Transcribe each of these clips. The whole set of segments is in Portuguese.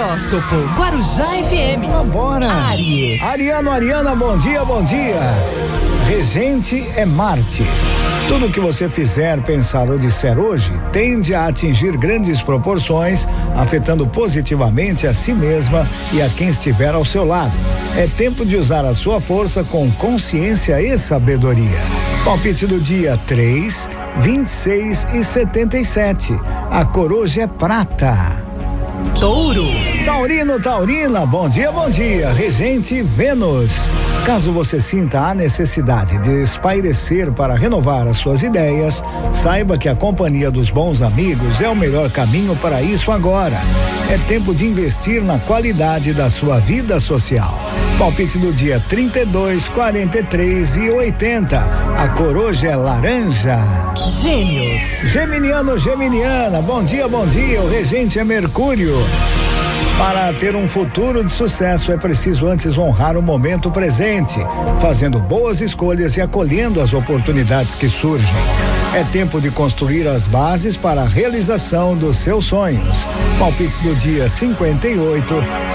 Horóscopo Guarujá FM. Vambora. Áries. Ariana, bom dia. Regente é Marte. Tudo que você fizer, pensar ou disser hoje tende a atingir grandes proporções, afetando positivamente a si mesma e a quem estiver ao seu lado. É tempo de usar a sua força com consciência e sabedoria. Palpite do dia 3, 26 e 77. A cor hoje é prata. Touro. Taurina, bom dia. Regente Vênus. Caso você sinta a necessidade de espairecer para renovar as suas ideias, saiba que a companhia dos bons amigos é o melhor caminho para isso agora. É tempo de investir na qualidade da sua vida social. Palpite do dia 32, 43 e 80. A cor hoje é laranja. Gêmeos. Geminiana, bom dia. O regente é Mercúrio. Para ter um futuro de sucesso é preciso antes honrar o momento presente, fazendo boas escolhas e acolhendo as oportunidades que surgem. É tempo de construir as bases para a realização dos seus sonhos. Palpites do dia 58,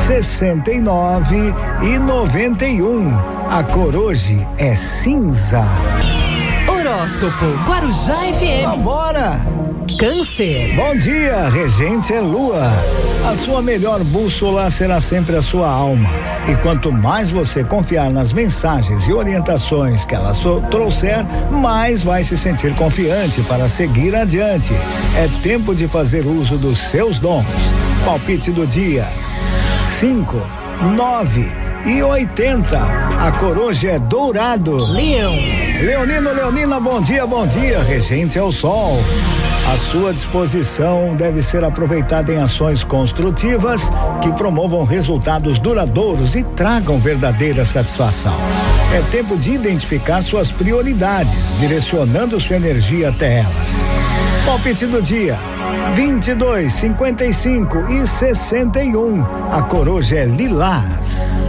69 e 91. A cor hoje é cinza. Horóscopo Guarujá FM. Vambora! Câncer. Bom dia, regente é Lua. A sua melhor bússola será sempre a sua alma. E quanto mais você confiar nas mensagens e orientações que ela trouxer, mais vai se sentir confiante para seguir adiante. É tempo de fazer uso dos seus dons. Palpite do dia 5, 9 e 80. A cor hoje é dourado. Leão. Leonina, bom dia. Regente é o Sol. A sua disposição deve ser aproveitada em ações construtivas que promovam resultados duradouros e tragam verdadeira satisfação. É tempo de identificar suas prioridades, direcionando sua energia até elas. Palpite do dia 22, 55 e 61. A cor hoje é lilás.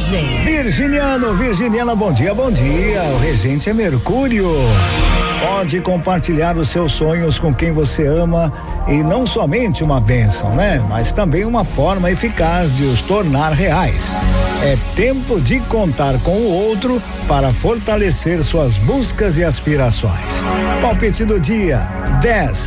Virginiana, bom dia. O regente é Mercúrio. Pode compartilhar os seus sonhos com quem você ama e não somente uma bênção, né? Mas também uma forma eficaz de os tornar reais. É tempo de contar com o outro para fortalecer suas buscas e aspirações. Palpite do dia 10,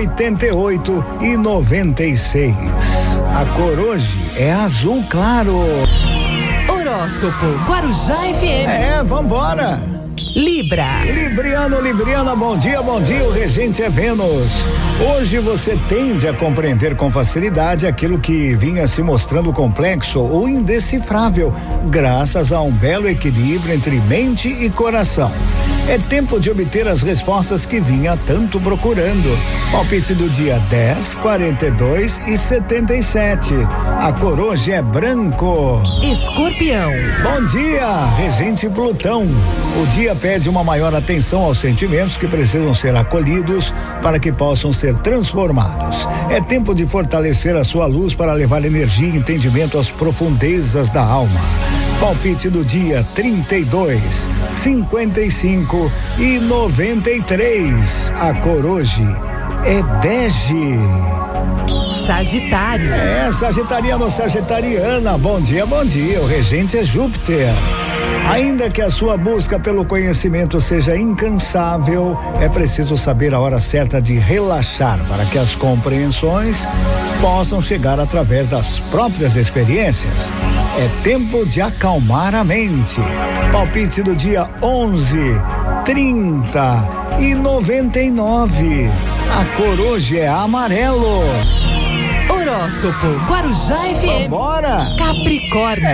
88 e 96. A cor hoje é azul claro. Horóscopo Guarujá FM. Vambora! Libriana, bom dia. O regente é Vênus. Hoje você tende a compreender com facilidade aquilo que vinha se mostrando complexo ou indecifrável, graças a um belo equilíbrio entre mente e coração. É tempo de obter as respostas que vinha tanto procurando. Palpite do dia 10, 42 e 77. A cor hoje é branco. Escorpião. Bom dia, regente Plutão. O dia pede uma maior atenção aos sentimentos que precisam ser acolhidos para que possam ser transformados. É tempo de fortalecer a sua luz para levar energia e entendimento às profundezas da alma. Palpite do dia 32, 55 e 93. A cor hoje é bege. Sagitário. Sagitariana, bom dia. O regente é Júpiter. Ainda que a sua busca pelo conhecimento seja incansável, é preciso saber a hora certa de relaxar para que as compreensões possam chegar através das próprias experiências. É tempo de acalmar a mente. Palpite do dia 11, 30 e 99. A cor hoje é amarelo. Horóscopo Guarujá FM. Vambora! Capricórnio.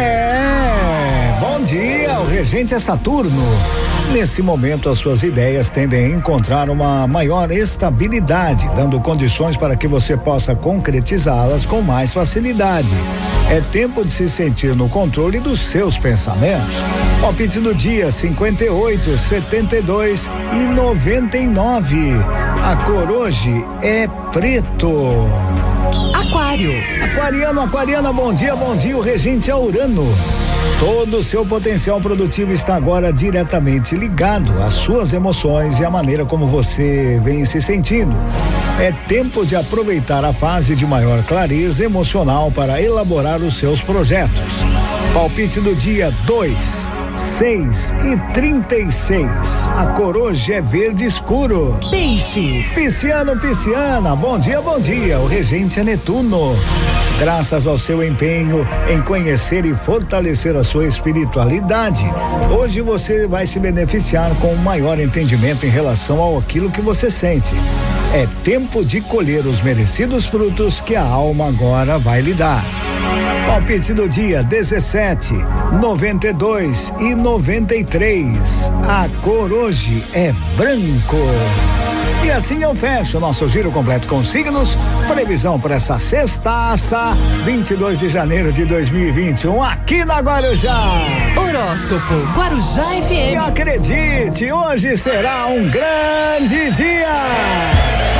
Bom dia, o regente é Saturno. Nesse momento, as suas ideias tendem a encontrar uma maior estabilidade, dando condições para que você possa concretizá-las com mais facilidade. É tempo de se sentir no controle dos seus pensamentos. Palpite do dia 58, 72 e 99. A cor hoje é preto. Aquário. Aquariana, bom dia. O regente é Urano. Todo o seu potencial produtivo está agora diretamente ligado às suas emoções e à maneira como você vem se sentindo. É tempo de aproveitar a fase de maior clareza emocional para elaborar os seus projetos. Palpite do dia 2, 6 e 36. A cor hoje é verde escuro. Peixes. Pisciano, pisciana, bom dia, bom dia. O regente é Netuno. Graças ao seu empenho em conhecer e fortalecer a sua espiritualidade, hoje você vai se beneficiar com um maior entendimento em relação ao aquilo que você sente. É tempo de colher os merecidos frutos que a alma agora vai lhe dar. Palpite do dia 17, 92 e 93. A cor hoje é branco. E assim eu fecho o nosso giro completo com signos. Previsão para essa sextaça, 22 de janeiro de 2021, aqui na Guarujá. Horóscopo Guarujá FM. E acredite, hoje será um grande dia.